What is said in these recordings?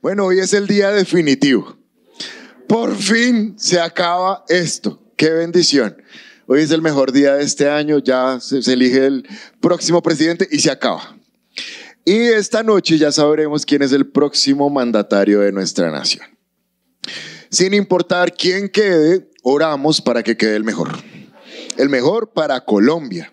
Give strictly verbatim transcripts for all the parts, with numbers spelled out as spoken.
Bueno, hoy es el día definitivo. Por fin se acaba esto. ¡Qué bendición! Hoy es el mejor día de este año, ya se, se elige el próximo presidente y se acaba. Y esta noche ya sabremos quién es el próximo mandatario de nuestra nación. Sin importar quién quede, oramos para que quede el mejor. El mejor para Colombia.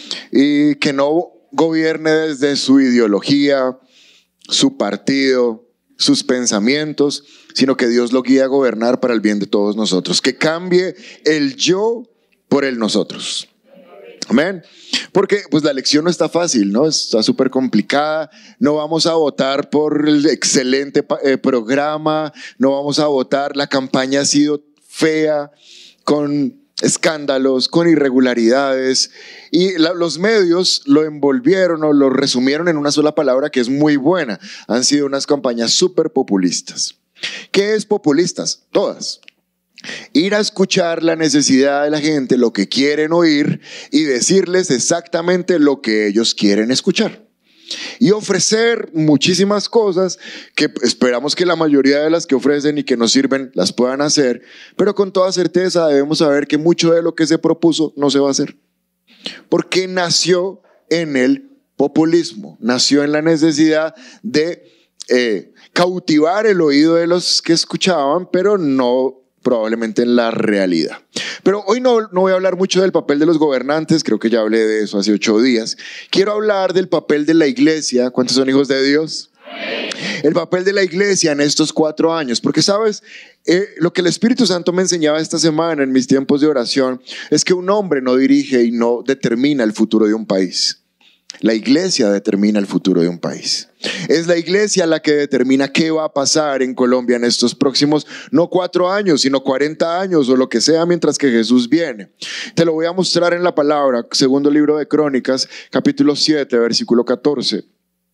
Y que no gobierne desde su ideología, su partido, sus pensamientos, sino que Dios lo guíe a gobernar para el bien de todos nosotros. Que cambie el yo por el nosotros. Amén. Porque pues la elección no está fácil, ¿no? Está súper complicada. No vamos a votar por el excelente eh, programa. No vamos a votar. La campaña ha sido fea, con escándalos, con irregularidades. Y la, los medios lo envolvieron o lo resumieron en una sola palabra que es muy buena. Han sido unas campañas súper populistas. ¿Qué es populistas? Todas. Ir a escuchar la necesidad de la gente, lo que quieren oír y decirles exactamente lo que ellos quieren escuchar. Y ofrecer muchísimas cosas que esperamos que la mayoría de las que ofrecen y que nos sirven las puedan hacer, pero con toda certeza debemos saber que mucho de lo que se propuso no se va a hacer. Porque nació en el populismo, nació en la necesidad de eh, cautivar el oído de los que escuchaban, pero no probablemente en la realidad. Pero hoy no, no voy a hablar mucho del papel de los gobernantes, creo que ya hablé de eso hace ocho días. Quiero hablar del papel de la iglesia. ¿Cuántos son hijos de Dios? El papel de la iglesia en estos cuatro años, porque sabes, eh, lo que el Espíritu Santo me enseñaba esta semana en mis tiempos de oración es que un hombre no dirige y no determina el futuro de un país. La iglesia determina el futuro de un país. Es la iglesia la que determina qué va a pasar en Colombia en estos próximos, no cuatro años, sino cuarenta años o lo que sea mientras que Jesús viene. Te lo voy a mostrar en la palabra, segundo libro de Crónicas, capítulo siete, versículo catorce.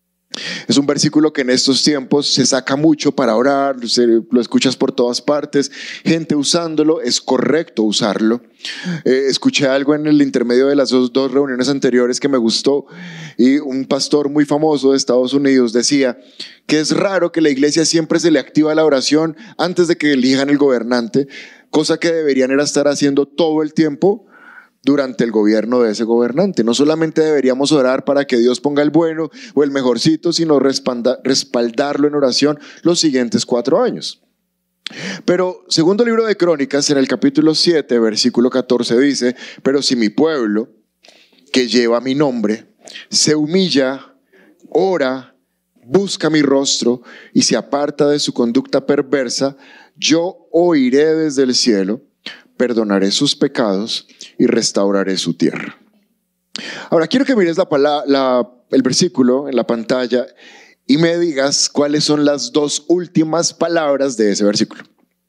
Es un versículo que en estos tiempos se saca mucho para orar, se, lo escuchas por todas partes, gente usándolo, es correcto usarlo. Eh, escuché algo en el intermedio de las dos, dos reuniones anteriores que me gustó y un pastor muy famoso de Estados Unidos decía que es raro que la iglesia siempre se le activa la oración antes de que elijan el gobernante, cosa que deberían era estar haciendo todo el tiempo durante el gobierno de ese gobernante. No solamente deberíamos orar para que Dios ponga el bueno o el mejorcito, sino respalda, respaldarlo en oración los siguientes cuatro años. Pero segundo libro de Crónicas, en el capítulo siete, versículo catorce dice: pero si mi pueblo, que lleva mi nombre, se humilla, ora, busca mi rostro y se aparta de su conducta perversa, yo oiré desde el cielo, perdonaré sus pecados y restauraré su tierra. Ahora quiero que mires la, la, el versículo en la pantalla y me digas cuáles son las dos últimas palabras de ese versículo.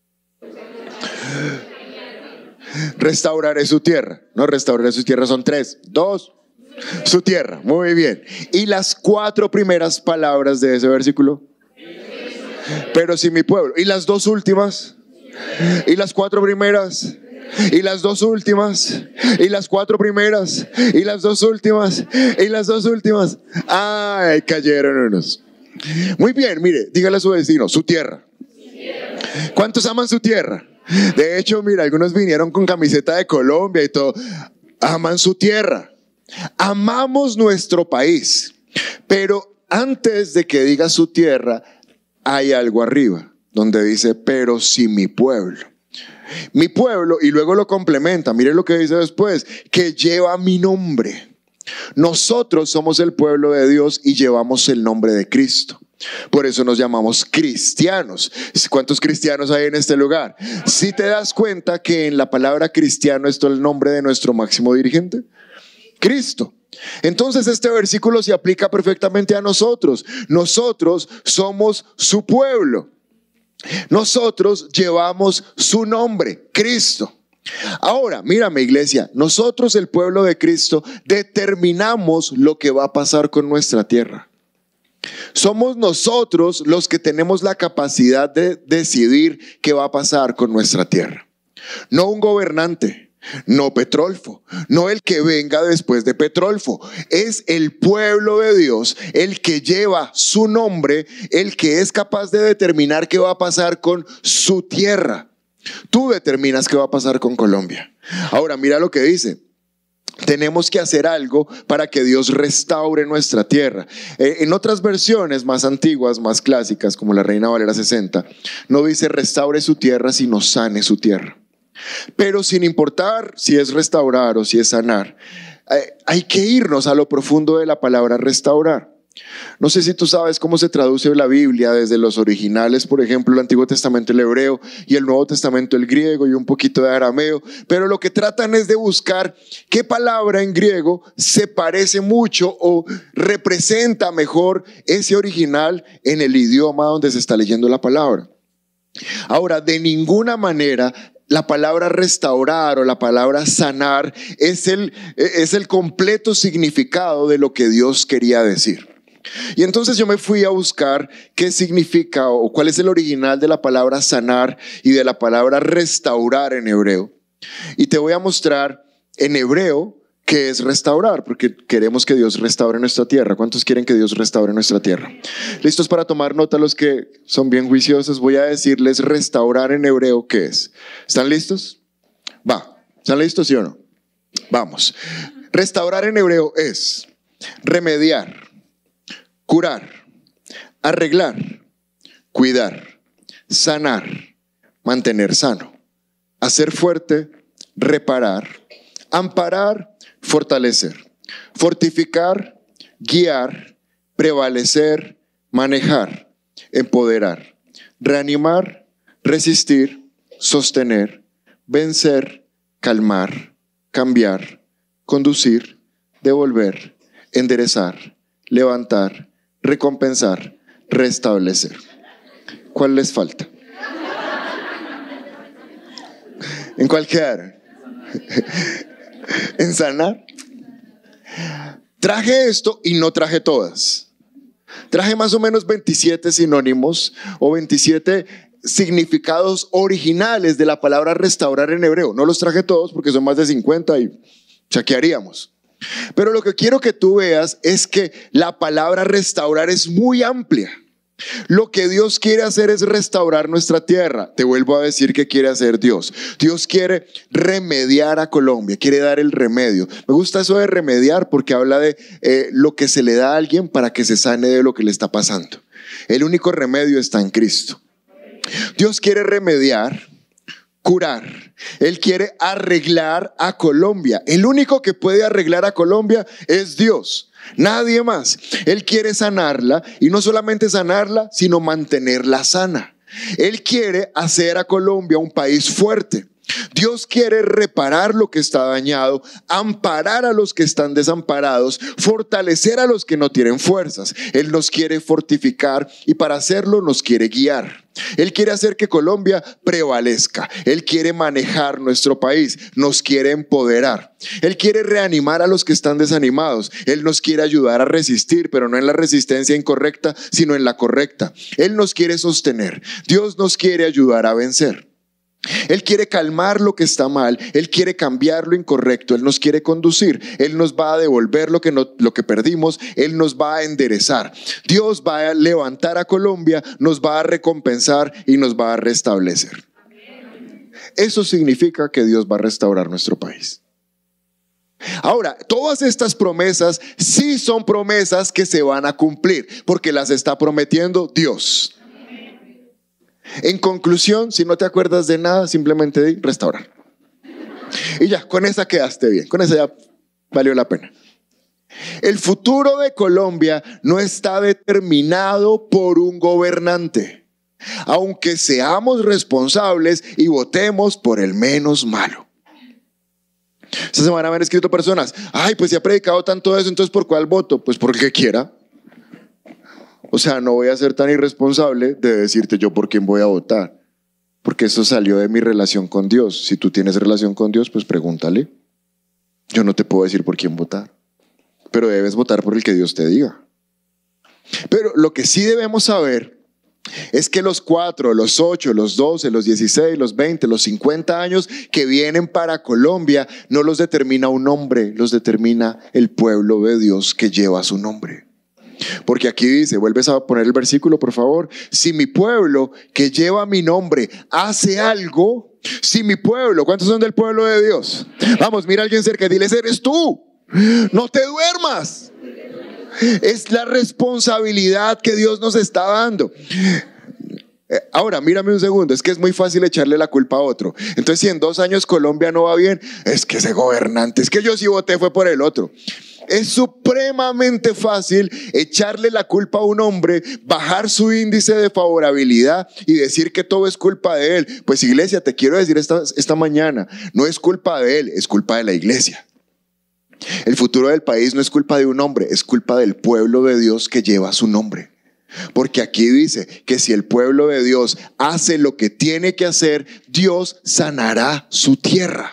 Restauraré su tierra. No, restauraré su tierra son tres. Dos. Su tierra. Muy bien. Y las cuatro primeras palabras de ese versículo. Pero si mi pueblo. Y las dos últimas. Y las cuatro primeras. Y las dos últimas. Y las cuatro primeras. Y las dos últimas. Y las dos últimas. Ay, cayeron unos. Muy bien, mire, dígale a su vecino, su tierra. ¿Cuántos aman su tierra? De hecho, mira, algunos vinieron con camiseta de Colombia y todo. Aman su tierra. Amamos nuestro país. Pero antes de que diga su tierra, hay algo arriba, donde dice, pero si mi pueblo. Mi pueblo, y luego lo complementa, mire lo que dice después, que lleva mi nombre. Nosotros somos el pueblo de Dios y llevamos el nombre de Cristo. Por eso nos llamamos cristianos. ¿Cuántos cristianos hay en este lugar? Si te das cuenta que en la palabra cristiano está el nombre de nuestro máximo dirigente, Cristo. Entonces este versículo se aplica perfectamente a nosotros. Nosotros somos su pueblo. Nosotros llevamos su nombre, Cristo. Ahora, mírame, iglesia, nosotros, el pueblo de Cristo, determinamos lo que va a pasar con nuestra tierra. Somos nosotros los que tenemos la capacidad de decidir qué va a pasar con nuestra tierra. No un gobernante, no Petrolfo, no el que venga después de Petrolfo. Es el pueblo de Dios, el que lleva su nombre, el que es capaz de determinar qué va a pasar con su tierra. Tú determinas qué va a pasar con Colombia. Ahora mira lo que dice. Tenemos que hacer algo para que Dios restaure nuestra tierra. Eh, en otras versiones más antiguas, más clásicas, como la Reina Valera sesenta, no dice restaure su tierra, sino sane su tierra. Pero sin importar si es restaurar o si es sanar, eh, hay que irnos a lo profundo de la palabra restaurar. No sé si tú sabes cómo se traduce la Biblia desde los originales, por ejemplo, el Antiguo Testamento el hebreo y el Nuevo Testamento el griego y un poquito de arameo, pero lo que tratan es de buscar qué palabra en griego se parece mucho o representa mejor ese original en el idioma donde se está leyendo la palabra. Ahora, de ninguna manera la palabra restaurar o la palabra sanar es el, es el completo significado de lo que Dios quería decir. Y entonces yo me fui a buscar qué significa o cuál es el original de la palabra sanar y de la palabra restaurar en hebreo. Y te voy a mostrar en hebreo qué es restaurar, porque queremos que Dios restaure nuestra tierra. ¿Cuántos quieren que Dios restaure nuestra tierra? ¿Listos para tomar nota los que son bien juiciosos? Voy a decirles restaurar en hebreo qué es. ¿Están listos? Va, ¿están listos sí o no? Vamos. Restaurar en hebreo es remediar, curar, arreglar, cuidar, sanar, mantener sano, hacer fuerte, reparar, amparar, fortalecer, fortificar, guiar, prevalecer, manejar, empoderar, reanimar, resistir, sostener, vencer, calmar, cambiar, conducir, devolver, enderezar, levantar, recompensar, restablecer. ¿Cuál les falta? ¿En cuál quedaron? ¿En sanar? Traje esto y no traje todas. Traje más o menos veintisiete sinónimos o veintisiete significados originales de la palabra restaurar en hebreo. No los traje todos porque son más de cincuenta y chaquearíamos. Pero lo que quiero que tú veas es que la palabra restaurar es muy amplia. Lo que Dios quiere hacer es restaurar nuestra tierra. Te vuelvo a decir que quiere hacer Dios. Dios quiere remediar a Colombia, quiere dar el remedio. Me gusta eso de remediar porque habla de eh, lo que se le da a alguien para que se sane de lo que le está pasando. El único remedio está en Cristo. Dios quiere remediar, curar. Él quiere arreglar a Colombia. El único que puede arreglar a Colombia es Dios, nadie más. Él quiere sanarla y no solamente sanarla, sino mantenerla sana. Él quiere hacer a Colombia un país fuerte. Dios quiere reparar lo que está dañado, amparar a los que están desamparados, fortalecer a los que no tienen fuerzas. Él nos quiere fortificar y para hacerlo nos quiere guiar. Él quiere hacer que Colombia prevalezca. Él quiere manejar nuestro país, nos quiere empoderar. Él quiere reanimar a los que están desanimados. Él nos quiere ayudar a resistir, pero no en la resistencia incorrecta, sino en la correcta. Él nos quiere sostener. Dios nos quiere ayudar a vencer. Él quiere calmar lo que está mal, Él quiere cambiar lo incorrecto, Él nos quiere conducir, Él nos va a devolver lo que, no, lo que perdimos, Él nos va a enderezar. Dios va a levantar a Colombia, nos va a recompensar y nos va a restablecer. Eso significa que Dios va a restaurar nuestro país. Ahora, todas estas promesas sí son promesas que se van a cumplir, porque las está prometiendo Dios. En conclusión, si no te acuerdas de nada, simplemente di restaurar. Y ya, con esa quedaste bien, con esa ya valió la pena. El futuro de Colombia no está determinado por un gobernante, aunque seamos responsables y votemos por el menos malo. Esta semana me han escrito personas, ay, pues si ha predicado tanto eso, entonces ¿por cuál voto? Pues por el que quiera. O sea, no voy a ser tan irresponsable de decirte yo por quién voy a votar, porque eso salió de mi relación con Dios. Si tú tienes relación con Dios, pues pregúntale. Yo no te puedo decir por quién votar, pero debes votar por el que Dios te diga. Pero lo que sí debemos saber es que los cuatro, los ocho, los doce, los dieciséis, los veinte, los cincuenta años que vienen para Colombia no los determina un hombre, los determina el pueblo de Dios que lleva su nombre. Porque aquí dice, vuelves a poner el versículo por favor, si mi pueblo que lleva mi nombre hace algo, si mi pueblo, ¿cuántos son del pueblo de Dios? Vamos, mira a alguien cerca y dile, eres tú, no te duermas. Es la responsabilidad que Dios nos está dando. Ahora, mírame un segundo, es que es muy fácil echarle la culpa a otro. Entonces, si en dos años Colombia no va bien, es que ese gobernante, es que yo sí voté fue por el otro. Es supremamente fácil echarle la culpa a un hombre, bajar su índice de favorabilidad y decir que todo es culpa de él. Pues iglesia, te quiero decir esta, esta mañana, no es culpa de él, es culpa de la iglesia. El futuro del país no es culpa de un hombre, es culpa del pueblo de Dios que lleva su nombre. Porque aquí dice que si el pueblo de Dios hace lo que tiene que hacer, Dios sanará su tierra.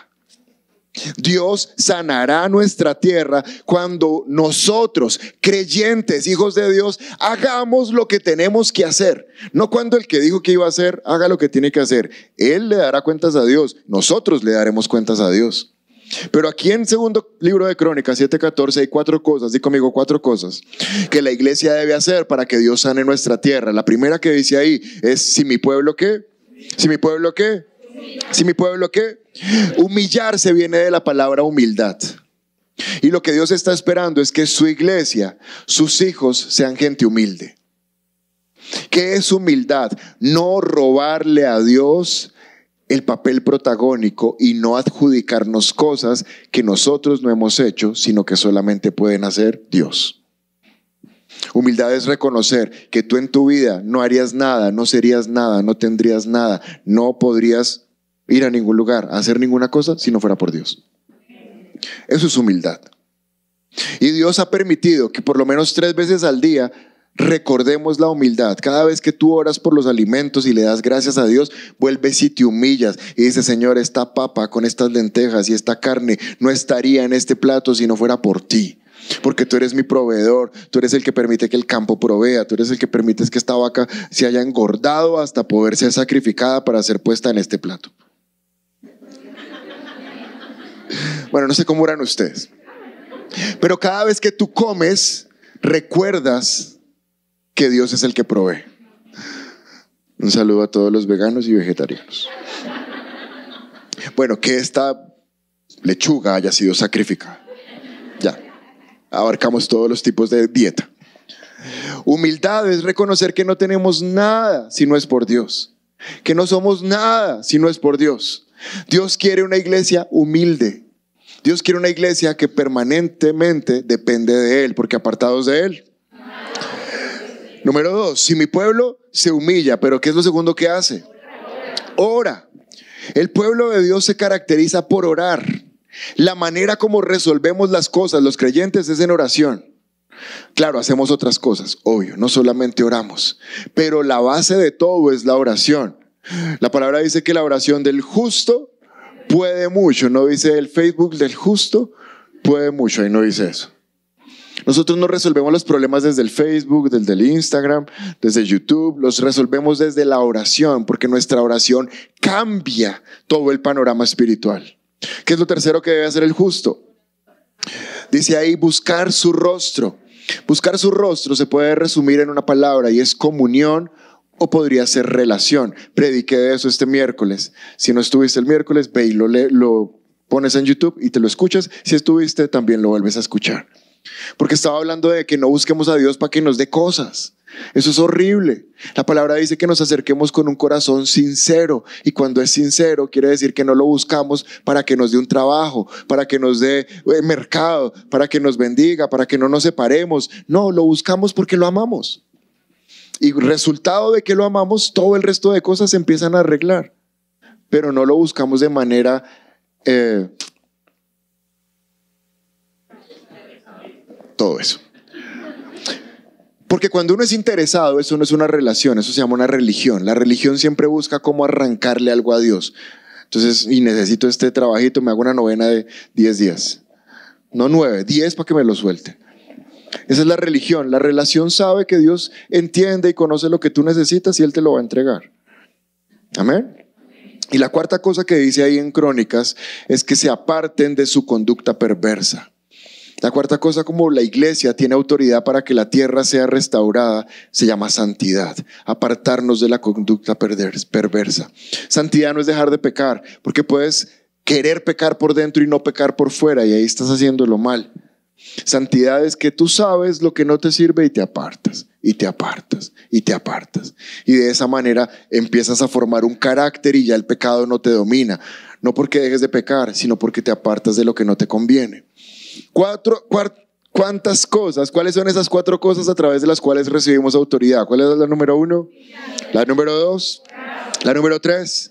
Dios sanará nuestra tierra cuando nosotros, creyentes, hijos de Dios, hagamos lo que tenemos que hacer. No cuando el que dijo que iba a hacer, haga lo que tiene que hacer. Él le dará cuentas a Dios, nosotros le daremos cuentas a Dios. Pero aquí en segundo libro de Crónicas siete catorce hay cuatro cosas, di conmigo cuatro cosas que la iglesia debe hacer para que Dios sane nuestra tierra. La primera que dice ahí es, si mi pueblo qué, si mi pueblo qué, si mi pueblo qué. Humillarse viene de la palabra humildad. Y lo que Dios está esperando es que su iglesia, sus hijos sean gente humilde. ¿Qué es humildad? No robarle a Dios el papel protagónico y no adjudicarnos cosas que nosotros no hemos hecho, sino que solamente pueden hacer Dios. Humildad es reconocer que tú en tu vida no harías nada, no serías nada, no tendrías nada, no podrías ir a ningún lugar, a hacer ninguna cosa si no fuera por Dios. Eso es humildad. Y Dios ha permitido que por lo menos tres veces al día recordemos la humildad. Cada vez que tú oras por los alimentos y le das gracias a Dios, vuelves y te humillas y dices, Señor, esta papa con estas lentejas y esta carne no estaría en este plato si no fuera por ti. Porque tú eres mi proveedor, tú eres el que permite que el campo provea, tú eres el que permites que esta vaca se haya engordado hasta poder ser sacrificada para ser puesta en este plato. Bueno, no sé cómo eran ustedes, pero cada vez que tú comes, recuerdas que Dios es el que provee. Un saludo a todos los veganos y vegetarianos. Bueno, que esta lechuga haya sido sacrificada. Ya, abarcamos todos los tipos de dieta. Humildad es reconocer que no tenemos nada si no es por Dios, que no somos nada si no es por Dios. Dios quiere una iglesia humilde. Dios quiere una iglesia que permanentemente depende de Él, porque apartados de Él. Número dos, si mi pueblo se humilla, pero ¿qué es lo segundo que hace? Ora. El pueblo de Dios se caracteriza por orar. La manera como resolvemos las cosas, los creyentes, es en oración. Claro, hacemos otras cosas, obvio, no solamente oramos, pero la base de todo es la oración. La palabra dice que la oración del justo puede mucho, no dice el Facebook del justo puede mucho, ahí no dice eso. Nosotros no resolvemos los problemas desde el Facebook, desde el Instagram, desde YouTube, los resolvemos desde la oración, porque nuestra oración cambia todo el panorama espiritual. ¿Qué es lo tercero que debe hacer el justo? Dice ahí, buscar su rostro. Buscar su rostro se puede resumir en una palabra y es comunión, o podría ser relación. Prediqué de eso este miércoles. Si no estuviste el miércoles, ve y lo, le, lo pones en YouTube y te lo escuchas. Si estuviste, también lo vuelves a escuchar. Porque estaba hablando de que no busquemos a Dios para que nos dé cosas. Eso es horrible. La palabra dice que nos acerquemos con un corazón sincero, y cuando es sincero quiere decir que no lo buscamos para que nos dé un trabajo, para que nos dé eh, mercado, para que nos bendiga, para que no nos separemos. No, lo buscamos porque lo amamos. Y resultado de que lo amamos, todo el resto de cosas se empiezan a arreglar. Pero no lo buscamos de manera eh, todo eso. Porque cuando uno es interesado, eso no es una relación, eso se llama una religión. La religión siempre busca cómo arrancarle algo a Dios. Entonces, y necesito este trabajito, me hago una novena de diez días. No nueve, diez para que me lo suelte. Esa es la religión. La relación sabe que Dios entiende y conoce lo que tú necesitas y Él te lo va a entregar. Amén. Y la cuarta cosa que dice ahí en Crónicas es que se aparten de su conducta perversa. La cuarta cosa, como la iglesia tiene autoridad para que la tierra sea restaurada, se llama santidad. Apartarnos de la conducta perversa. Santidad no es dejar de pecar, porque puedes querer pecar por dentro y no pecar por fuera, y ahí estás haciéndolo mal. Santidad es que tú sabes lo que no te sirve y te apartas, y te apartas, y te apartas. Y de esa manera empiezas a formar un carácter y ya el pecado no te domina. No porque dejes de pecar, sino porque te apartas de lo que no te conviene. Cuatro, cuart, ¿Cuántas cosas? ¿Cuáles son esas cuatro cosas a través de las cuales recibimos autoridad? ¿Cuál es la número uno? ¿La número dos? ¿La número tres?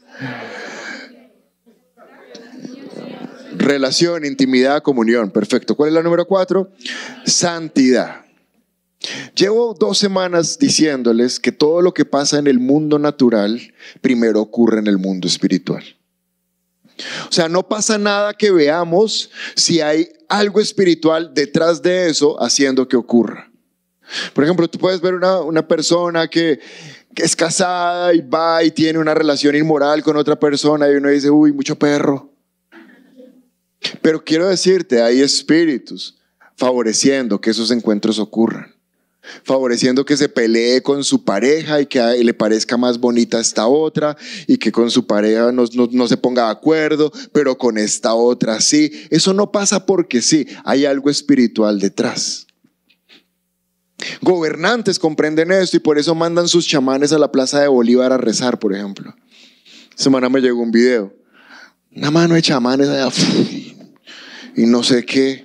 Relación, intimidad, comunión. Perfecto. ¿Cuál es la número cuatro? Santidad. Llevo dos semanas diciéndoles que todo lo que pasa en el mundo natural primero ocurre en el mundo espiritual. O sea, no pasa nada que veamos si hay algo espiritual detrás de eso haciendo que ocurra. Por ejemplo, tú puedes ver una, una persona que, que es casada y va y tiene una relación inmoral con otra persona y uno dice, uy, mucho perro. Pero quiero decirte, hay espíritus favoreciendo que esos encuentros ocurran, favoreciendo que se pelee con su pareja y que le parezca más bonita esta otra y que con su pareja no, no, no se ponga de acuerdo, pero con esta otra sí. Eso no pasa porque sí, hay algo espiritual detrás. Gobernantes comprenden esto y por eso mandan sus chamanes a la Plaza de Bolívar a rezar, por ejemplo. Esta semana me llegó un video, una mano de chamanes allá y no sé qué,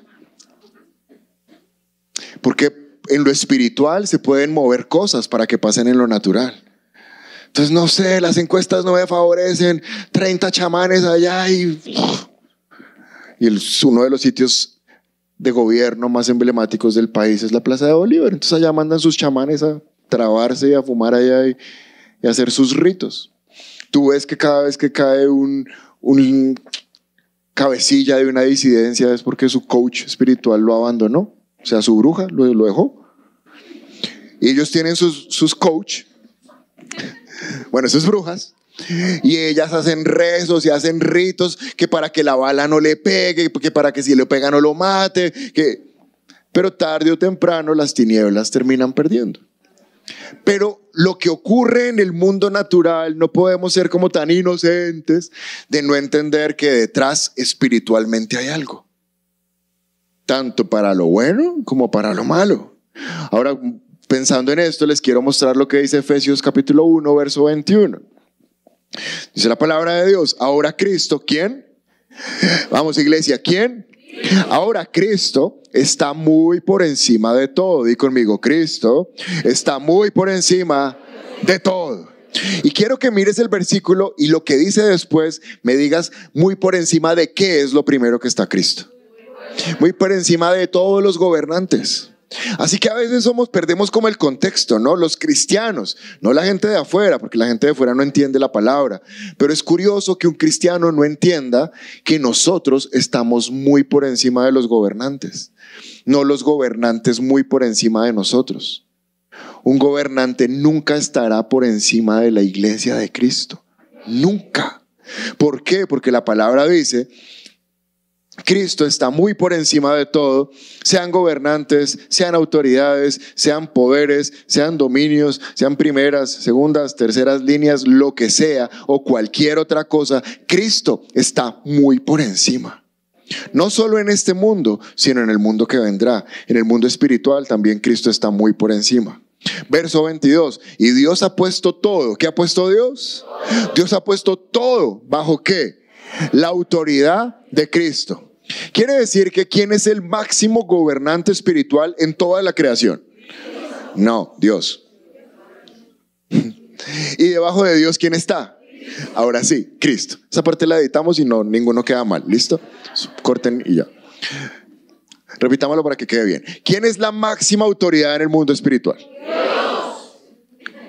porque en lo espiritual se pueden mover cosas para que pasen en lo natural. Entonces no sé, las encuestas no me favorecen, treinta chamanes allá y, y el, uno de los sitios de gobierno más emblemáticos del país es la Plaza de Bolívar. Entonces allá mandan sus chamanes a trabarse y a fumar allá y, y a hacer sus ritos. Tú ves que cada vez que cae un, un cabecilla de una disidencia es porque su coach espiritual lo abandonó. O sea, su bruja lo, lo dejó. Y ellos tienen sus, sus coach, bueno, sus brujas, y ellas hacen rezos y hacen ritos que para que la bala no le pegue, que para que si le pega no lo mate, que... pero tarde o temprano las tinieblas terminan perdiendo. Pero lo que ocurre en el mundo natural, no podemos ser como tan inocentes de no entender que detrás espiritualmente hay algo. Tanto para lo bueno como para lo malo. Ahora, pensando en esto, les quiero mostrar lo que dice Efesios capítulo uno, verso veintiuno. Dice la palabra de Dios, ahora Cristo, ¿quién? Vamos, iglesia, ¿quién? Ahora Cristo está muy por encima de todo. Di conmigo, Cristo está muy por encima de todo. Y quiero que mires el versículo y lo que dice después me digas muy por encima de qué es lo primero que está Cristo. Muy por encima de todos los gobernantes. Así que a veces somos, perdemos como el contexto, ¿no? Los cristianos, no la gente de afuera, porque la gente de afuera no entiende la palabra. Pero es curioso que un cristiano no entienda que nosotros estamos muy por encima de los gobernantes, no los gobernantes muy por encima de nosotros. Un gobernante nunca estará por encima de la iglesia de Cristo, nunca. ¿Por qué? Porque la palabra dice: Cristo está muy por encima de todo, sean gobernantes, sean autoridades, sean poderes, sean dominios, sean primeras, segundas, terceras líneas, lo que sea o cualquier otra cosa. Cristo está muy por encima. No solo en este mundo, sino en el mundo que vendrá. En el mundo espiritual también Cristo está muy por encima. Verso veintidós, y Dios ha puesto todo. ¿Qué ha puesto Dios? Dios ha puesto todo. ¿Bajo qué? La autoridad de Cristo. Quiere decir que ¿quién es el máximo gobernante espiritual en toda la creación? No, Dios. ¿Y debajo de Dios quién está? Ahora sí, Cristo. Esa parte la editamos y no, ninguno queda mal. ¿Listo? Corten y ya. Repitámoslo para que quede bien. ¿Quién es la máxima autoridad en el mundo espiritual? Dios.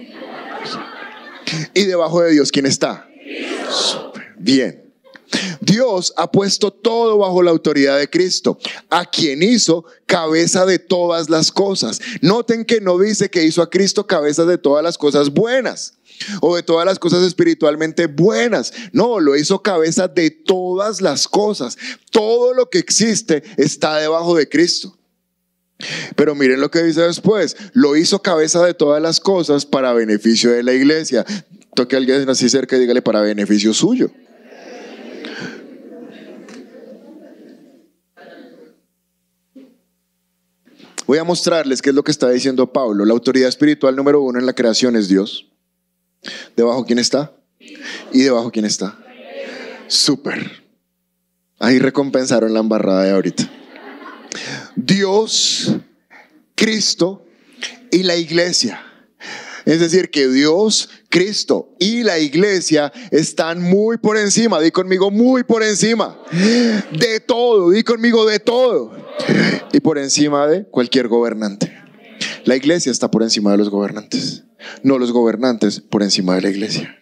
¿Y debajo de Dios quién está? Dios. Bien. Dios ha puesto todo bajo la autoridad de Cristo, a quien hizo cabeza de todas las cosas. Noten que no dice que hizo a Cristo cabeza de todas las cosas buenas o de todas las cosas espiritualmente buenas. No, lo hizo cabeza de todas las cosas. Todo lo que existe está debajo de Cristo. Pero miren lo que dice después: lo hizo cabeza de todas las cosas para beneficio de la iglesia. Toque a alguien así cerca y dígale: para beneficio suyo. Voy a mostrarles qué es lo que está diciendo Pablo. La autoridad espiritual número uno en la creación es Dios. ¿Debajo quién está? ¿Y debajo quién está? Súper. Ahí recompensaron la embarrada de ahorita. Dios, Cristo y la iglesia. Es decir, que Dios, Cristo y la iglesia están muy por encima. Di conmigo: muy por encima de todo. Di conmigo: de todo. Y por encima de cualquier gobernante. La iglesia está por encima de los gobernantes, no los gobernantes por encima de la iglesia.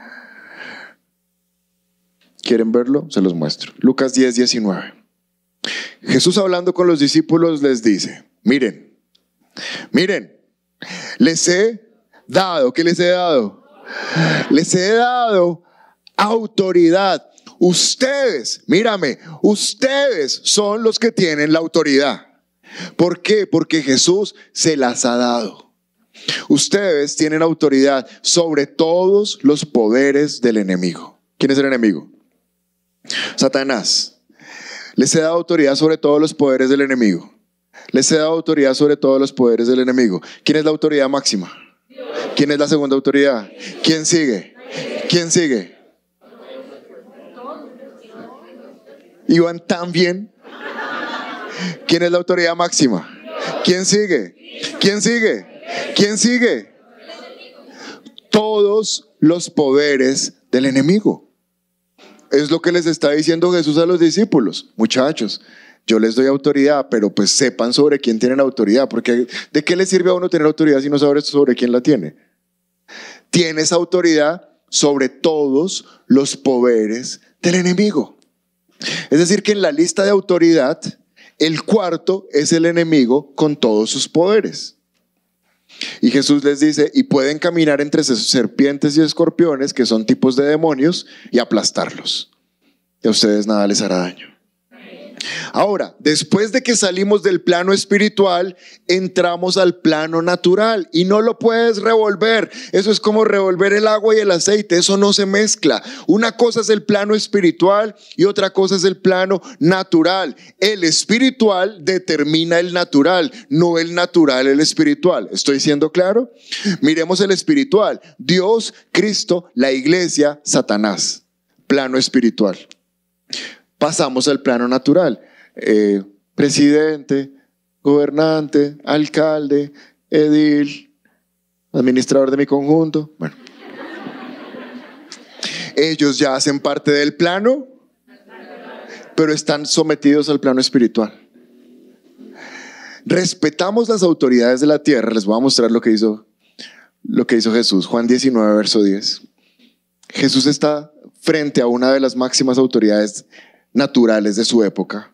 ¿Quieren verlo? Se los muestro. Lucas diez, diecinueve. Jesús, hablando con los discípulos, les dice: miren, miren, les he dado, ¿qué les he dado? Les he dado autoridad. Ustedes, mírame, ustedes son los que tienen la autoridad. ¿Por qué? Porque Jesús se las ha dado. Ustedes tienen autoridad sobre todos los poderes del enemigo. ¿Quién es el enemigo? Satanás. Les he dado autoridad sobre todos los poderes del enemigo. Les he dado autoridad sobre todos los poderes del enemigo. ¿Quién es la autoridad máxima? ¿Quién es la segunda autoridad? ¿Quién sigue? ¿Quién sigue? ¿Iban tan bien? ¿Quién es la autoridad máxima? ¿Quién sigue? ¿Quién sigue? ¿Quién sigue? Todos los poderes del enemigo. Es lo que les está diciendo Jesús a los discípulos. Muchachos, yo les doy autoridad, pero pues sepan sobre quién tienen autoridad. Porque ¿de qué le sirve a uno tener autoridad si no sabe sobre quién la tiene? Tienes autoridad sobre todos los poderes del enemigo. Es decir, que en la lista de autoridad, el cuarto es el enemigo con todos sus poderes. Y Jesús les dice: y pueden caminar entre serpientes y escorpiones, que son tipos de demonios, y aplastarlos. Y a ustedes nada les hará daño. Ahora, después de que salimos del plano espiritual, entramos al plano natural y no lo puedes revolver. Eso es como revolver el agua y el aceite, eso no se mezcla. Una cosa es el plano espiritual y otra cosa es el plano natural. El espiritual determina el natural, no el natural el espiritual. ¿Estoy siendo claro? Miremos el espiritual: Dios, Cristo, la iglesia, Satanás. Plano espiritual. Pasamos al plano natural. Eh, presidente, gobernante, alcalde, edil, administrador de mi conjunto. Bueno, ellos ya hacen parte del plano, pero están sometidos al plano espiritual. Respetamos las autoridades de la tierra. Les voy a mostrar lo que hizo, lo que hizo Jesús. Juan diecinueve, verso diez. Jesús está frente a una de las máximas autoridades naturales de su época.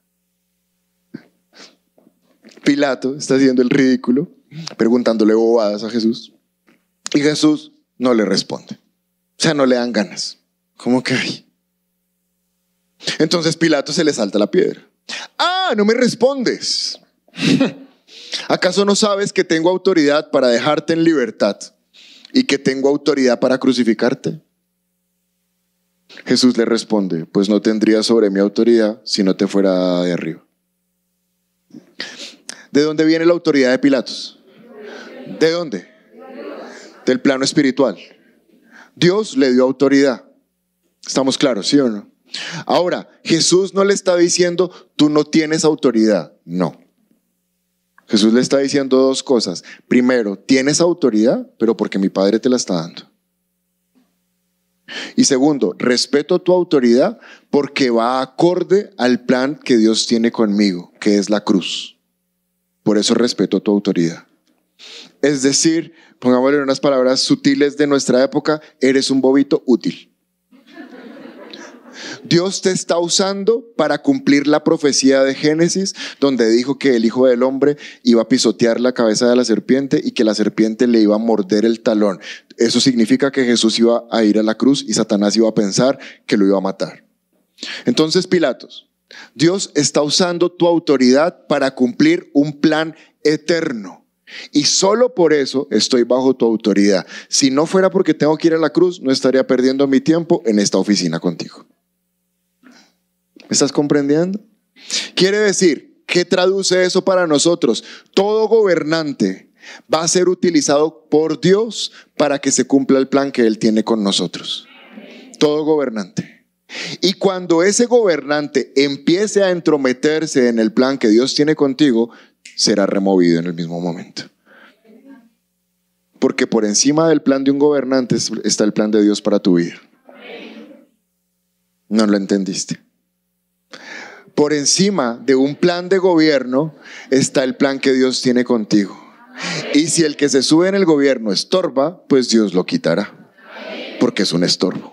Pilato está haciendo el ridículo, preguntándole bobadas a Jesús, y Jesús no le responde. O sea, no le dan ganas. ¿Cómo que hay? Entonces Pilato se le salta la piedra. Ah, no me respondes. ¿Acaso no sabes que tengo autoridad para dejarte en libertad y que tengo autoridad para crucificarte? Jesús le responde: pues no tendrías sobre mi autoridad si no te fuera de arriba. ¿De dónde viene la autoridad de Pilatos? ¿De dónde? Del plano espiritual. Dios le dio autoridad. ¿Estamos claros, sí o no? Ahora, Jesús no le está diciendo: tú no tienes autoridad. No. Jesús le está diciendo dos cosas. Primero, tienes autoridad, pero porque mi Padre te la está dando. Y segundo, respeto tu autoridad porque va acorde al plan que Dios tiene conmigo, que es la cruz. Por eso respeto tu autoridad. Es decir, pongámosle en unas palabras sutiles de nuestra época: eres un bobito útil. Dios te está usando para cumplir la profecía de Génesis, donde dijo que el Hijo del Hombre iba a pisotear la cabeza de la serpiente y que la serpiente le iba a morder el talón. Eso significa que Jesús iba a ir a la cruz y Satanás iba a pensar que lo iba a matar. Entonces, Pilatos, Dios está usando tu autoridad para cumplir un plan eterno. Y solo por eso estoy bajo tu autoridad. Si no fuera porque tengo que ir a la cruz, no estaría perdiendo mi tiempo en esta oficina contigo. ¿Me estás comprendiendo? Quiere decir, ¿qué traduce eso para nosotros? Todo gobernante va a ser utilizado por Dios para que se cumpla el plan que Él tiene con nosotros. Todo gobernante. Y cuando ese gobernante empiece a entrometerse en el plan que Dios tiene contigo, será removido en el mismo momento. Porque por encima del plan de un gobernante está el plan de Dios para tu vida. No lo entendiste. Por encima de un plan de gobierno está el plan que Dios tiene contigo. Y si el que se sube en el gobierno estorba, pues Dios lo quitará, porque es un estorbo.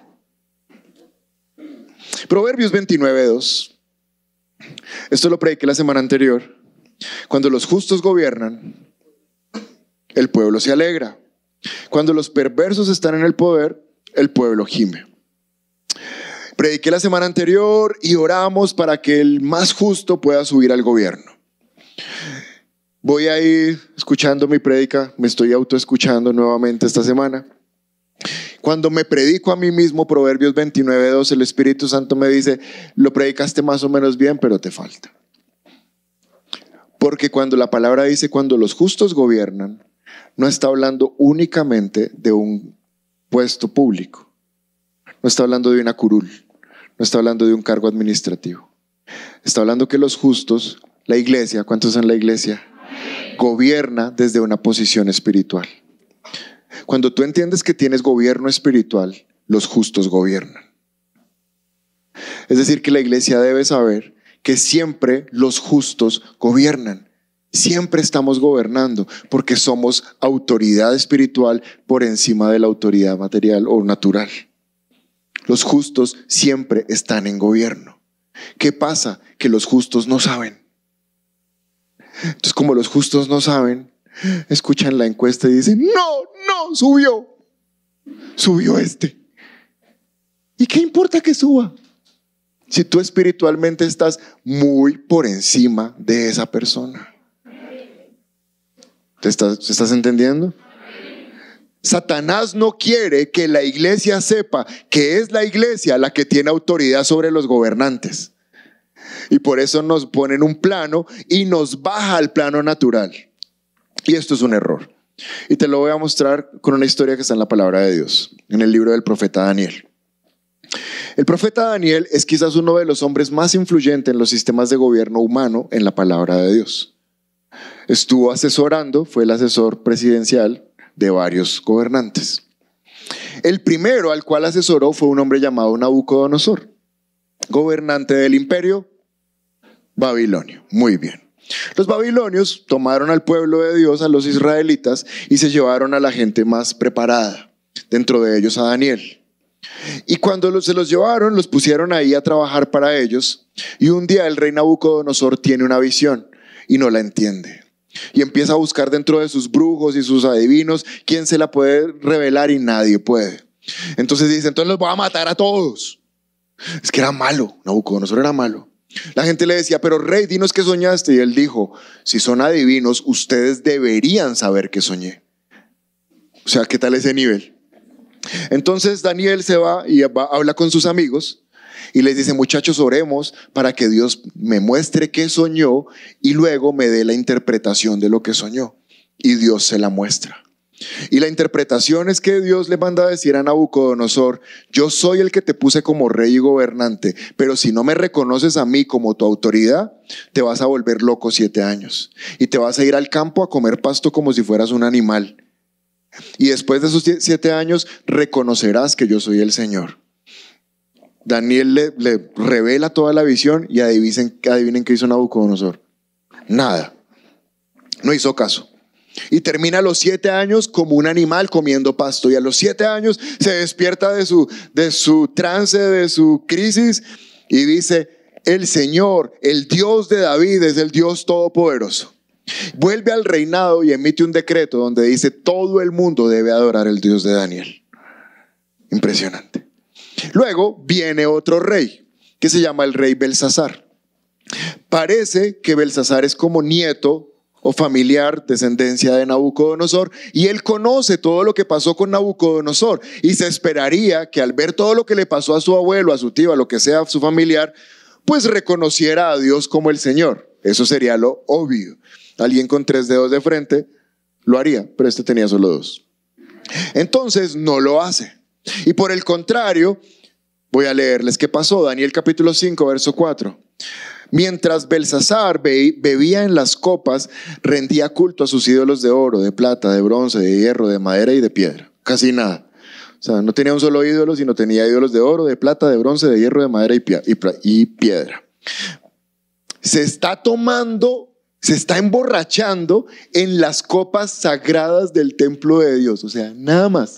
Proverbios veintinueve, dos. Esto lo prediqué la semana anterior. Cuando los justos gobiernan, el pueblo se alegra. Cuando los perversos están en el poder, el pueblo gime. Prediqué la semana anterior y oramos para que el más justo pueda subir al gobierno. Voy a ir escuchando mi prédica, me estoy autoescuchando nuevamente esta semana. Cuando me predico a mí mismo Proverbios veintinueve, dos, el Espíritu Santo me dice, lo predicaste más o menos bien, pero te falta. Porque cuando la palabra dice cuando los justos gobiernan, no está hablando únicamente de un puesto público. No está hablando de una curul. No está hablando de un cargo administrativo. Está hablando que los justos, la iglesia, ¿cuántos son la iglesia? Gobierna desde una posición espiritual. Cuando tú entiendes que tienes gobierno espiritual, los justos gobiernan. Es decir, que la iglesia debe saber que siempre los justos gobiernan. Siempre estamos gobernando porque somos autoridad espiritual por encima de la autoridad material o natural. Los justos siempre están en gobierno. ¿Qué pasa? Que los justos no saben. Entonces, como los justos no saben, escuchan la encuesta y dicen, no, no, subió. Subió este. ¿Y qué importa que suba? Si tú espiritualmente estás muy por encima de esa persona. ¿Te estás, ¿te estás entendiendo? Satanás no quiere que la iglesia sepa que es la iglesia la que tiene autoridad sobre los gobernantes. Y por eso nos pone en un plano y nos baja al plano natural. Y esto es un error. Y te lo voy a mostrar con una historia que está en la palabra de Dios, en el libro del profeta Daniel. El profeta Daniel es quizás uno de los hombres más influyentes en los sistemas de gobierno humano en la palabra de Dios. Estuvo asesorando, fue el asesor presidencial de varios gobernantes. El primero al cual asesoró fue un hombre llamado Nabucodonosor, gobernante del imperio babilonio. Muy bien. Los babilonios tomaron al pueblo de Dios, a los israelitas, y se llevaron a la gente más preparada, dentro de ellos a Daniel. Y cuando los, se los llevaron, los pusieron ahí a trabajar para ellos. Y un día el rey Nabucodonosor tiene una visión y no la entiende. Y empieza a buscar dentro de sus brujos y sus adivinos quién se la puede revelar y nadie puede. Entonces dice, entonces los voy a matar a todos. Es que era malo, Nabucodonosor era malo. La gente le decía, pero rey, dinos qué soñaste. Y él dijo, si son adivinos, ustedes deberían saber qué soñé. O sea, ¿qué tal ese nivel? Entonces Daniel se va y va, habla con sus amigos y les dice, muchachos, oremos para que Dios me muestre qué soñó y luego me dé la interpretación de lo que soñó. Y Dios se la muestra. Y la interpretación es que Dios le manda a decir a Nabucodonosor, yo soy el que te puse como rey y gobernante, pero si no me reconoces a mí como tu autoridad, te vas a volver loco siete años y te vas a ir al campo a comer pasto como si fueras un animal. Y después de esos siete años reconocerás que yo soy el Señor. Daniel le, le revela toda la visión y adivinen, adivinen qué hizo Nabucodonosor. Nada. No hizo caso. Y termina los siete años como un animal comiendo pasto. Y a los siete años se despierta de su, de su trance, de su crisis, y dice: el Señor, el Dios de David, es el Dios todopoderoso. Vuelve al reinado y emite un decreto donde dice: todo el mundo debe adorar al Dios de Daniel. Impresionante. Luego viene otro rey que se llama el rey Belsasar. Parece que Belsasar es como nieto o familiar, descendencia de Nabucodonosor, y él conoce todo lo que pasó con Nabucodonosor, y se esperaría que al ver todo lo que le pasó a su abuelo, a su tío, a lo que sea, a su familiar, pues reconociera a Dios como el Señor. Eso sería lo obvio. Alguien con tres dedos de frente lo haría, pero este tenía solo dos. Entonces no lo hace. Y por el contrario, voy a leerles qué pasó. Daniel capítulo cinco, verso cuatro. Mientras Belsasar bebía en las copas, rendía culto a sus ídolos de oro, de plata, de bronce, de hierro, de madera y de piedra. Casi nada. O sea, no tenía un solo ídolo, sino tenía ídolos de oro, de plata, de bronce, de hierro, de madera y piedra. Se está tomando, se está emborrachando en las copas sagradas del templo de Dios. O sea, nada más.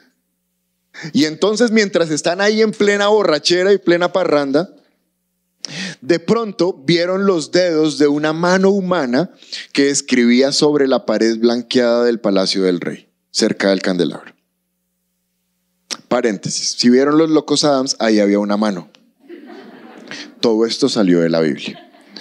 Y entonces, mientras están ahí en plena borrachera y plena parranda, de pronto vieron los dedos de una mano humana que escribía sobre la pared blanqueada del palacio del rey, cerca del candelabro. Paréntesis: si vieron Los Locos Adams, ahí había una mano. Todo esto salió de la Biblia.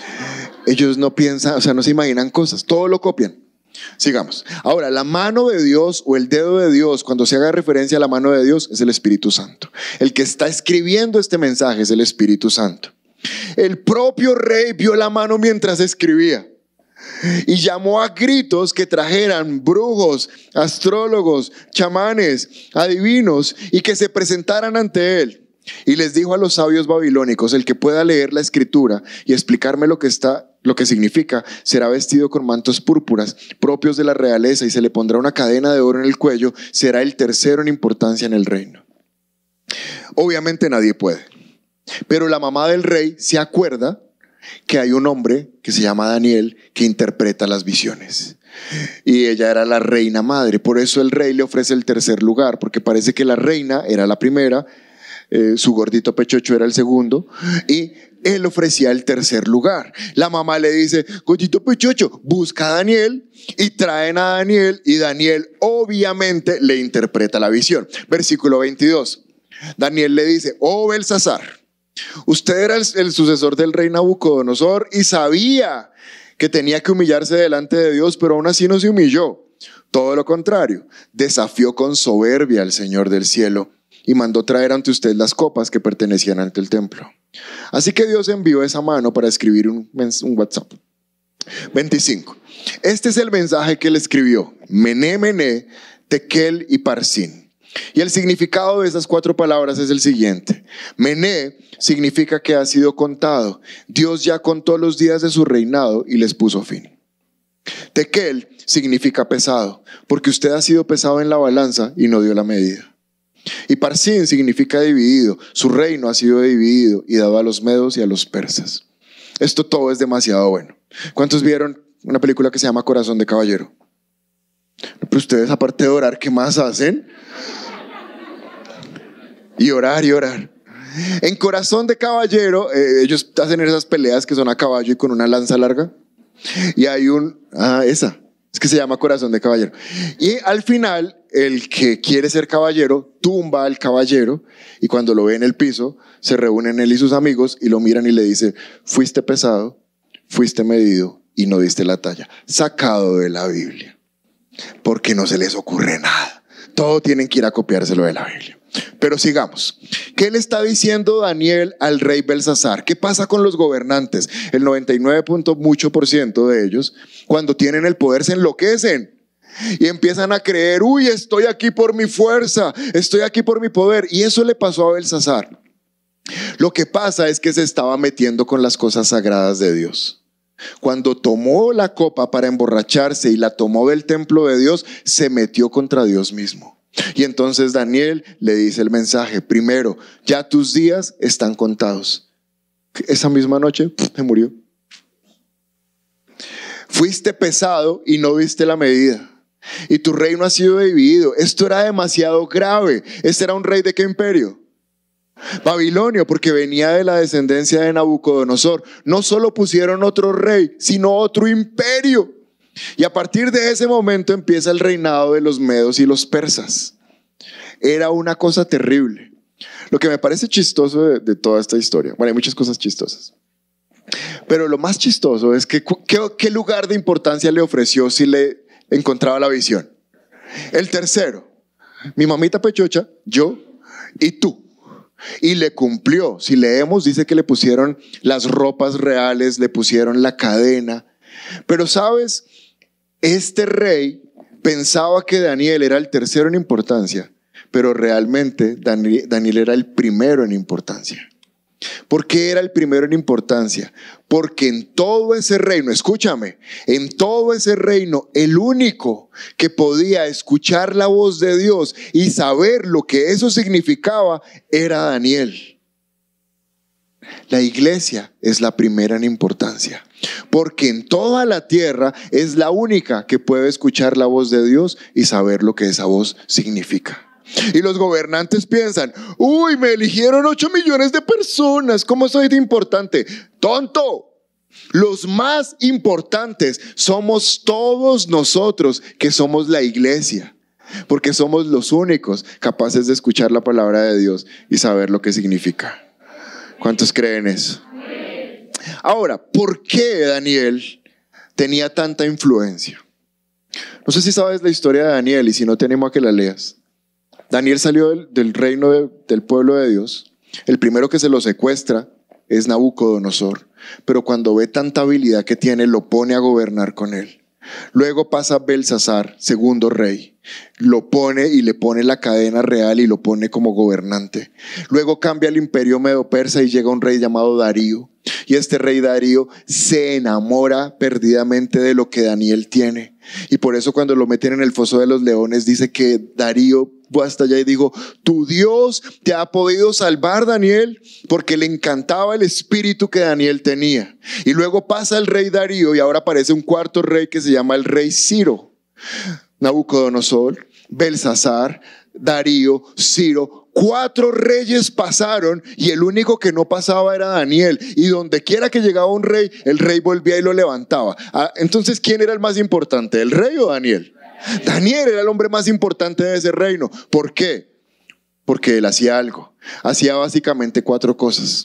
Ellos no piensan, o sea, no se imaginan cosas, todo lo copian. Sigamos. Ahora, la mano de Dios o el dedo de Dios, cuando se haga referencia a la mano de Dios, es el Espíritu Santo. El que está escribiendo este mensaje es el Espíritu Santo. El propio rey vio la mano mientras escribía y llamó a gritos que trajeran brujos, astrólogos, chamanes, adivinos, y que se presentaran ante él. Y les dijo a los sabios babilónicos: el que pueda leer la escritura y explicarme lo que está, lo que significa, será vestido con mantos púrpuras propios de la realeza, y se le pondrá una cadena de oro en el cuello. Será el tercero en importancia en el reino. Obviamente nadie puede. Pero la mamá del rey se acuerda que hay un hombre que se llama Daniel que interpreta las visiones. Y ella era la reina madre. Por eso el rey le ofrece el tercer lugar, porque parece que la reina era la primera, eh, su gordito pechocho era el segundo, y él ofrecía el tercer lugar. La mamá le dice: gordito pechocho, busca a Daniel, y traen a Daniel, y Daniel obviamente le interpreta la visión. Versículo veintidós. Daniel le dice: oh Belsasar, usted era el, el sucesor del rey Nabucodonosor y sabía que tenía que humillarse delante de Dios, pero aún así no se humilló. Todo lo contrario, desafió con soberbia al Señor del cielo y mandó traer ante usted las copas que pertenecían ante el templo. Así que Dios envió esa mano para escribir un, un WhatsApp. veinticinco. Este es el mensaje que él escribió: Mené, Mené, Tekel y Parsin. Y el significado de esas cuatro palabras es el siguiente. Mené significa que ha sido contado. Dios ya contó los días de su reinado y les puso fin. Tekel significa pesado, porque usted ha sido pesado en la balanza y no dio la medida. Y Parsin significa dividido. Su reino ha sido dividido y dado a los medos y a los persas. Esto todo es demasiado bueno. ¿Cuántos vieron una película que se llama Corazón de Caballero? Pero ustedes, aparte de orar, ¿qué más hacen? Y orar y orar. En Corazón de Caballero, eh, ellos hacen esas peleas que son a caballo y con una lanza larga. Y hay un, ah, esa, es que se llama Corazón de Caballero. Y al final, el que quiere ser caballero tumba al caballero, y cuando lo ve en el piso, se reúnen él y sus amigos y lo miran y le dice: fuiste pesado, fuiste medido y no diste la talla. Sacado de la Biblia. Porque no se les ocurre nada. Todo tienen que ir a copiárselo de la Biblia. Pero sigamos. ¿Qué le está diciendo Daniel al rey Belsasar? ¿Qué pasa con los gobernantes? El noventa y nueve punto mucho por ciento de ellos, cuando tienen el poder, se enloquecen y empiezan a creer: uy, estoy aquí por mi fuerza, estoy aquí por mi poder. Y eso le pasó a Belsasar. Lo que pasa es que se estaba metiendo con las cosas sagradas de Dios. Cuando tomó la copa para emborracharse y la tomó del templo de Dios, se metió contra Dios mismo. Y entonces Daniel le dice el mensaje: primero, ya tus días están contados. Esa misma noche se murió. Fuiste pesado y no viste la medida. Y tu reino ha sido dividido. Esto era demasiado grave. Este era un rey ¿de qué imperio? Babilonio, porque venía de la descendencia de Nabucodonosor. No solo pusieron otro rey, sino otro imperio. Y a partir de ese momento empieza el reinado de los medos y los persas. Era una cosa terrible. Lo que me parece chistoso de, de toda esta historia, bueno, hay muchas cosas chistosas, pero lo más chistoso es que ¿qué, qué lugar de importancia le ofreció si le encontraba la visión? El tercero, mi mamita pechocha, yo y tú. Y le cumplió. Si leemos, dice que le pusieron las ropas reales, le pusieron la cadena. Pero sabes, este rey pensaba que Daniel era el tercero en importancia, pero realmente Daniel, Daniel era el primero en importancia. ¿Por qué era el primero en importancia? Porque en todo ese reino, escúchame, en todo ese reino, el único que podía escuchar la voz de Dios y saber lo que eso significaba era Daniel. La iglesia es la primera en importancia, porque en toda la tierra es la única que puede escuchar la voz de Dios y saber lo que esa voz significa. Y los gobernantes piensan, uy, me eligieron ocho millones de personas, ¿cómo soy de importante? ¡Tonto! Los más importantes somos todos nosotros que somos la iglesia, porque somos los únicos capaces de escuchar la palabra de Dios y saber lo que significa. ¿Cuántos creen eso? Ahora, ¿por qué Daniel tenía tanta influencia? No sé si sabes la historia de Daniel, y si no te animo a que la leas. Daniel salió del, del reino de, del pueblo de Dios. El primero que se lo secuestra es Nabucodonosor, pero cuando ve tanta habilidad que tiene, lo pone a gobernar con él. Luego pasa Belsasar, segundo rey, lo pone y le pone la cadena real y lo pone como gobernante. Luego cambia el imperio medo-persa y llega un rey llamado Darío. Y este rey Darío se enamora perdidamente de lo que Daniel tiene. Y por eso cuando lo meten en el foso de los leones dice que Darío fue hasta allá y dijo, tu Dios te ha podido salvar, Daniel, porque le encantaba el espíritu que Daniel tenía. Y luego pasa el rey Darío y ahora aparece un cuarto rey que se llama el rey Ciro. Nabucodonosor, Belsasar, Darío, Ciro, cuatro reyes pasaron y el único que no pasaba era Daniel. Y donde quiera que llegaba un rey, el rey volvía y lo levantaba. Ah, entonces, ¿quién era el más importante, el rey o Daniel? Daniel era el hombre más importante de ese reino. ¿Por qué? Porque él hacía algo. Hacía básicamente cuatro cosas.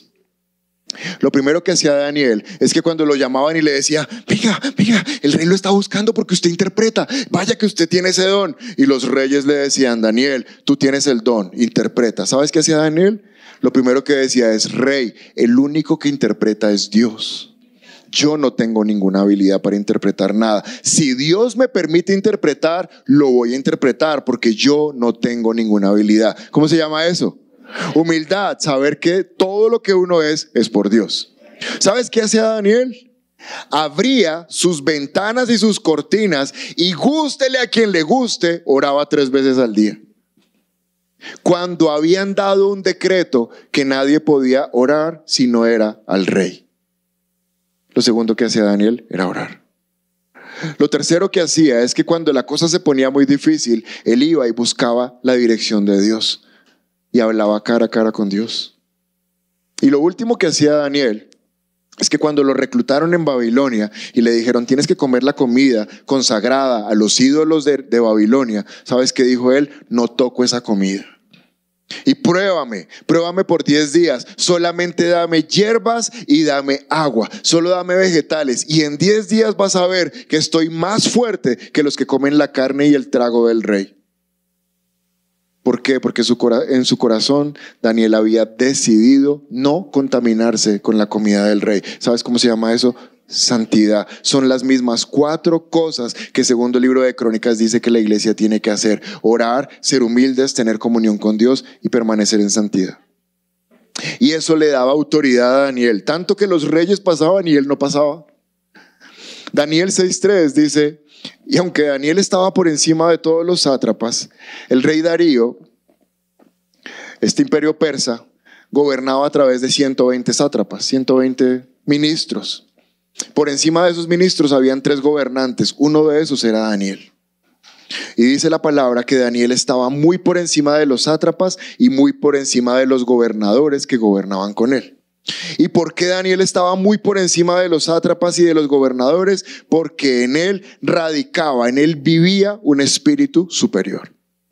Lo primero que hacía Daniel es que cuando lo llamaban y le decía, venga, venga, el rey lo está buscando porque usted interpreta, vaya que usted tiene ese don. Y los reyes le decían, Daniel, tú tienes el don, interpreta. ¿Sabes qué hacía Daniel? Lo primero que decía es, rey, el único que interpreta es Dios. Yo no tengo ninguna habilidad para interpretar nada. Si Dios me permite interpretar, lo voy a interpretar porque yo no tengo ninguna habilidad. ¿Cómo se llama eso? Humildad, saber que todo lo que uno es, es por Dios. ¿Sabes qué hacía Daniel? Abría sus ventanas y sus cortinas y gústele a quien le guste, oraba tres veces al día. Cuando habían dado un decreto que nadie podía orar si no era al rey. Lo segundo que hacía Daniel era orar. Lo tercero que hacía es que cuando la cosa se ponía muy difícil, él iba y buscaba la dirección de Dios. Y hablaba cara a cara con Dios. Y lo último que hacía Daniel es que cuando lo reclutaron en Babilonia y le dijeron tienes que comer la comida consagrada a los ídolos de, de Babilonia, ¿sabes qué dijo él? No toco esa comida. Y pruébame, pruébame por diez días, solamente dame hierbas y dame agua, solo dame vegetales y en diez días vas a ver que estoy más fuerte que los que comen la carne y el trago del rey. ¿Por qué? Porque su cora- en su corazón Daniel había decidido no contaminarse con la comida del rey. ¿Sabes cómo se llama eso? Santidad. Son las mismas cuatro cosas que segundo el libro de Crónicas dice que la iglesia tiene que hacer: orar, ser humildes, tener comunión con Dios y permanecer en santidad. Y eso le daba autoridad a Daniel, tanto que los reyes pasaban y él no pasaba. Daniel seis tres dice: y aunque Daniel estaba por encima de todos los sátrapas, el rey Darío, este imperio persa, gobernaba a través de ciento veinte sátrapas, ciento veinte ministros. Por encima de esos ministros habían tres gobernantes. Uno de esos era Daniel. Y dice la palabra que Daniel estaba muy por encima de los sátrapas y muy por encima de los gobernadores que gobernaban con él. ¿Y por qué Daniel estaba muy por encima de los sátrapas y de los gobernadores? Porque en él radicaba, en él vivía un espíritu superior.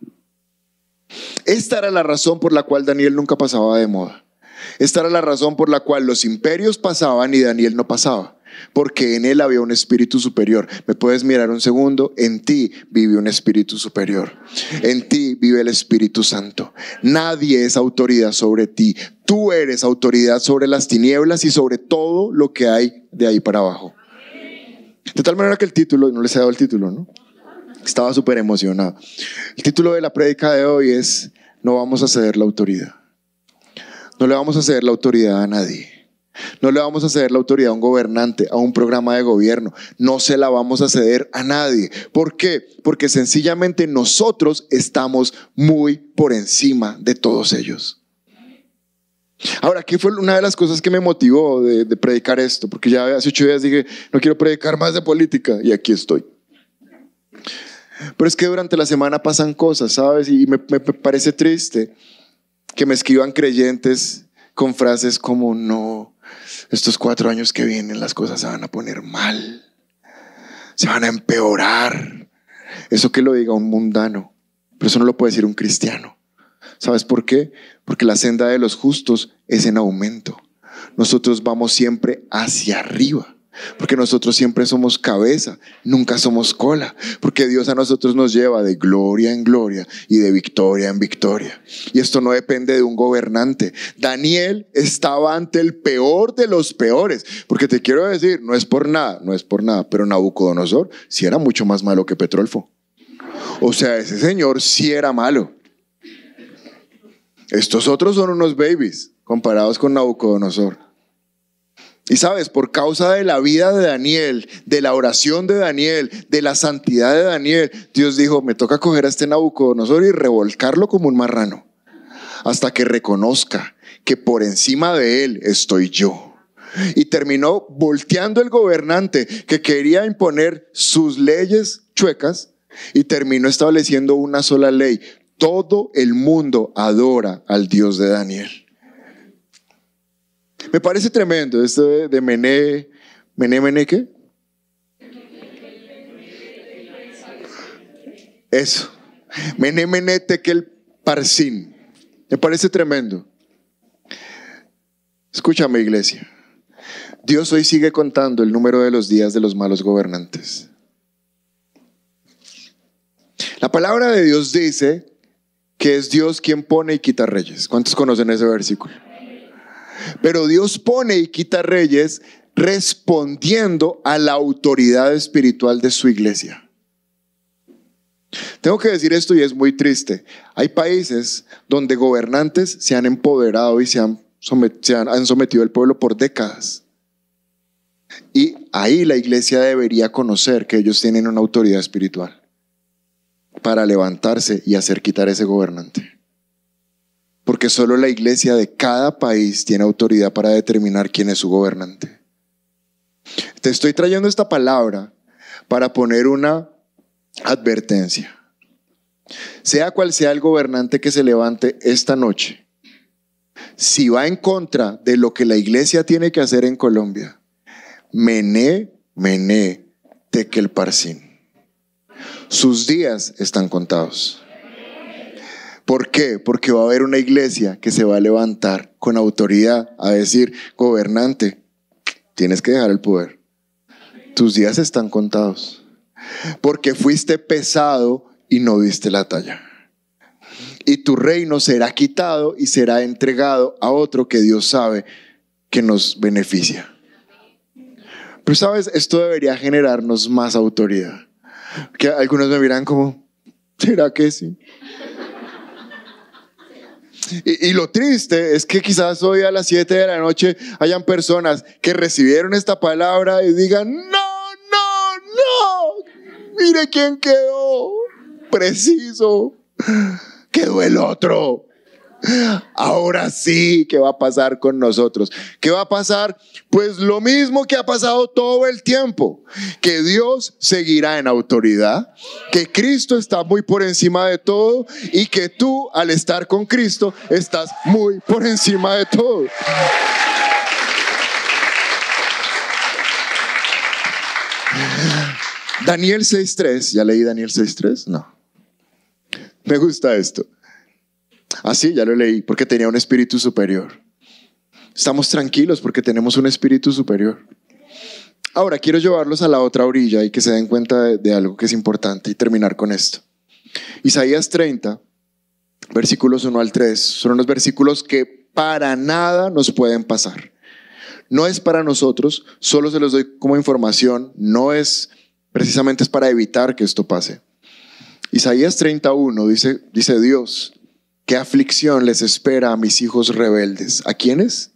Esta era la razón por la cual Daniel nunca pasaba de moda. Esta era la razón por la cual los imperios pasaban y Daniel no pasaba. Porque en él había un espíritu superior. ¿Me puedes mirar un segundo? En ti vive un espíritu superior. En ti vive el Espíritu Santo. Nadie es autoridad sobre ti. Tú eres autoridad sobre las tinieblas y sobre todo lo que hay de ahí para abajo. De tal manera que el título, no les he dado el título, ¿no? Estaba súper emocionado. El título de la prédica de hoy es: no vamos a ceder la autoridad. No le vamos a ceder la autoridad a nadie. No le vamos a ceder la autoridad a un gobernante, a un programa de gobierno. No se la vamos a ceder a nadie. ¿Por qué? Porque sencillamente nosotros estamos muy por encima de todos ellos. Ahora, ¿qué fue una de las cosas que me motivó de, de predicar esto? Porque ya hace ocho días dije, no quiero predicar más de política, y aquí estoy. Pero es que durante la semana pasan cosas, ¿sabes? Y me, me parece triste que me escriban creyentes con frases como: no, estos cuatro años que vienen las cosas se van a poner mal, se van a empeorar. Eso que lo diga un mundano, pero eso no lo puede decir un cristiano. ¿Sabes por qué? Porque la senda de los justos es en aumento. Nosotros vamos siempre hacia arriba. Porque nosotros siempre somos cabeza, nunca somos cola. Porque Dios a nosotros nos lleva de gloria en gloria y de victoria en victoria. Y esto no depende de un gobernante. Daniel estaba ante el peor de los peores. Porque te quiero decir, no es por nada, no es por nada, pero Nabucodonosor sí era mucho más malo que Petrolfo. O sea, ese señor sí era malo. Estos otros son unos babies comparados con Nabucodonosor. Y sabes, por causa de la vida de Daniel, de la oración de Daniel, de la santidad de Daniel, Dios dijo: me toca coger a este Nabucodonosor y revolcarlo como un marrano, hasta que reconozca que por encima de él estoy yo. Y terminó volteando el gobernante que quería imponer sus leyes chuecas y terminó estableciendo una sola ley. Todo el mundo adora al Dios de Daniel. Me parece tremendo esto de, de Mené, Mené, Mené, ¿qué? Eso, Mené, Mené, Tekel, Parsin. Me parece tremendo. Escúchame, iglesia. Dios hoy sigue contando el número de los días de los malos gobernantes. La palabra de Dios dice que es Dios quien pone y quita reyes. ¿Cuántos conocen ese versículo? Pero Dios pone y quita reyes respondiendo a la autoridad espiritual de su iglesia. Tengo que decir esto y es muy triste. Hay países donde gobernantes se han empoderado y se han, somet- se han, han sometido al pueblo por décadas. Y ahí la iglesia debería conocer que ellos tienen una autoridad espiritual para levantarse y hacer quitar ese gobernante. Porque solo la iglesia de cada país tiene autoridad para determinar quién es su gobernante. Te estoy trayendo esta palabra para poner una advertencia. Sea cual sea el gobernante que se levante esta noche, si va en contra de lo que la iglesia tiene que hacer en Colombia, Mené, Mené, Tekel, Parsin, sus días están contados. ¿Por qué? Porque va a haber una iglesia que se va a levantar con autoridad a decir: gobernante, tienes que dejar el poder. Tus días están contados. Porque fuiste pesado y no diste la talla. Y tu reino será quitado y será entregado a otro que Dios sabe que nos beneficia. Pero sabes, esto debería generarnos más autoridad. Que algunos me miran como: ¿será que sí? Y, y lo triste es que quizás hoy a las siete de la noche hayan personas que recibieron esta palabra y digan: no, no, no, mire quién quedó, preciso, quedó el otro. Ahora sí, ¿qué va a pasar con nosotros? ¿Qué va a pasar? Pues lo mismo que ha pasado todo el tiempo, que Dios seguirá en autoridad, que Cristo está muy por encima de todo y que tú, al estar con Cristo, estás muy por encima de todo. Daniel seis tres, ¿ya leí Daniel seis tres? No. Me gusta esto. Ah, sí, ya lo leí, porque tenía un espíritu superior. Estamos tranquilos porque tenemos un espíritu superior. Ahora quiero llevarlos a la otra orilla y que se den cuenta de, de algo que es importante y terminar con esto. Isaías treinta, versículos uno al tres, son unos versículos que para nada nos pueden pasar. No es para nosotros, solo se los doy como información, no es precisamente es para evitar que esto pase. Isaías treinta y uno dice, dice Dios, ¿qué aflicción les espera a mis hijos rebeldes? ¿A quiénes?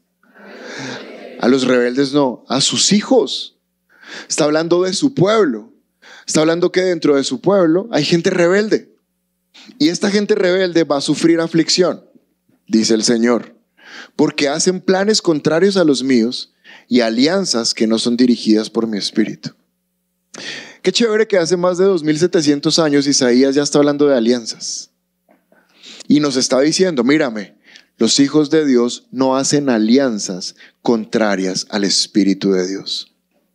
A los rebeldes no, a sus hijos. Está hablando de su pueblo. Está hablando que dentro de su pueblo hay gente rebelde. Y esta gente rebelde va a sufrir aflicción, dice el Señor, porque hacen planes contrarios a los míos y alianzas que no son dirigidas por mi espíritu. Qué chévere que hace más de dos mil setecientos años Isaías ya está hablando de alianzas. Y nos está diciendo, mírame, los hijos de Dios no hacen alianzas contrarias al Espíritu de Dios.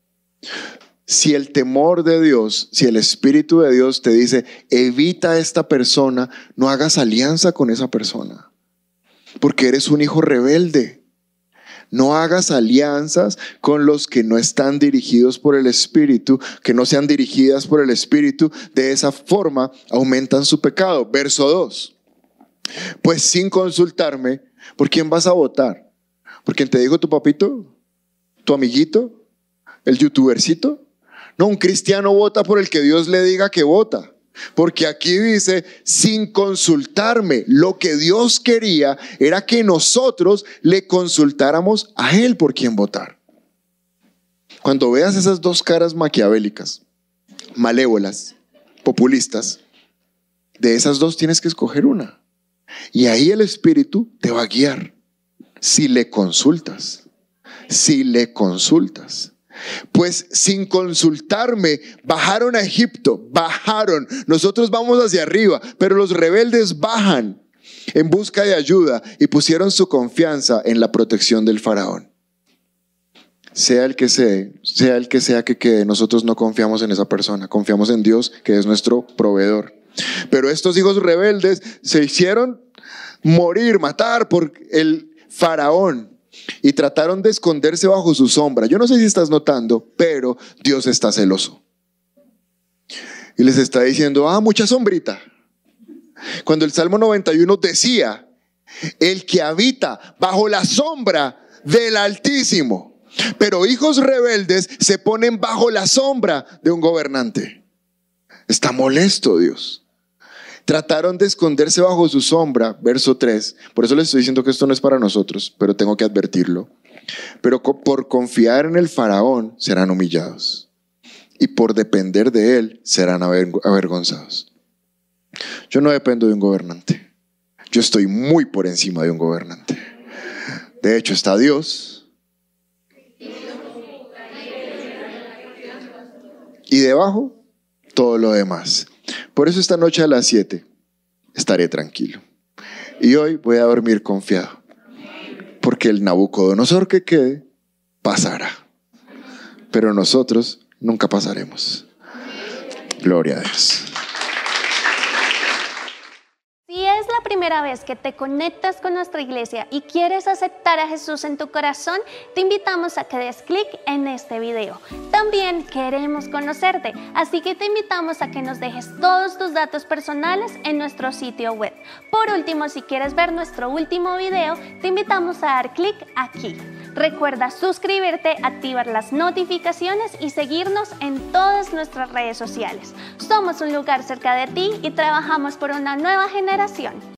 Si el temor de Dios, si el Espíritu de Dios te dice, evita a esta persona, no hagas alianza con esa persona, porque eres un hijo rebelde. No hagas alianzas con los que no están dirigidos por el Espíritu, que no sean dirigidas por el Espíritu. De esa forma aumentan su pecado. Verso dos. Pues sin consultarme, ¿por quién vas a votar? ¿Por quién te dijo tu papito? ¿Tu amiguito? ¿El youtubercito? No, un cristiano vota por el que Dios le diga que vota. Porque aquí dice, sin consultarme. Lo que Dios quería era que nosotros le consultáramos a Él por quién votar. Cuando veas esas dos caras maquiavélicas, malévolas, populistas, de esas dos tienes que escoger una. Y ahí el Espíritu te va a guiar. Si le consultas, si le consultas. Pues sin consultarme bajaron a Egipto, bajaron. Nosotros vamos hacia arriba, pero los rebeldes bajan en busca de ayuda y pusieron su confianza en la protección del faraón. Sea el que sea, sea el que sea que quede, nosotros no confiamos en esa persona, confiamos en Dios, que es nuestro proveedor. Pero estos hijos rebeldes se hicieron morir, matar por el faraón. Y trataron de esconderse bajo su sombra. Yo no sé si estás notando, pero Dios está celoso. Y les está diciendo, ah, mucha sombrita. Cuando el Salmo noventa y uno decía, el que habita bajo la sombra del Altísimo. Pero hijos rebeldes se ponen bajo la sombra de un gobernante. Está molesto Dios. Trataron de esconderse bajo su sombra, verso tres. Por eso les estoy diciendo que esto no es para nosotros, pero tengo que advertirlo. Pero por confiar en el faraón serán humillados, y por depender de él serán avergonzados. Yo no dependo de un gobernante. Yo estoy muy por encima de un gobernante. De hecho está Dios, y debajo todo lo demás. Por eso esta noche a las siete estaré tranquilo. Y hoy voy a dormir confiado. Porque el Nabucodonosor que quede pasará. Pero nosotros nunca pasaremos. Gloria a Dios. Si es la primera vez que te conectas con nuestra iglesia y quieres aceptar a Jesús en tu corazón, te invitamos a que des clic en este video. También queremos conocerte, así que te invitamos a que nos dejes todos tus datos personales en nuestro sitio web. Por último, si quieres ver nuestro último video, te invitamos a dar clic aquí. Recuerda suscribirte, activar las notificaciones y seguirnos en todas nuestras redes sociales. Somos un lugar cerca de ti y trabajamos por una nueva generación.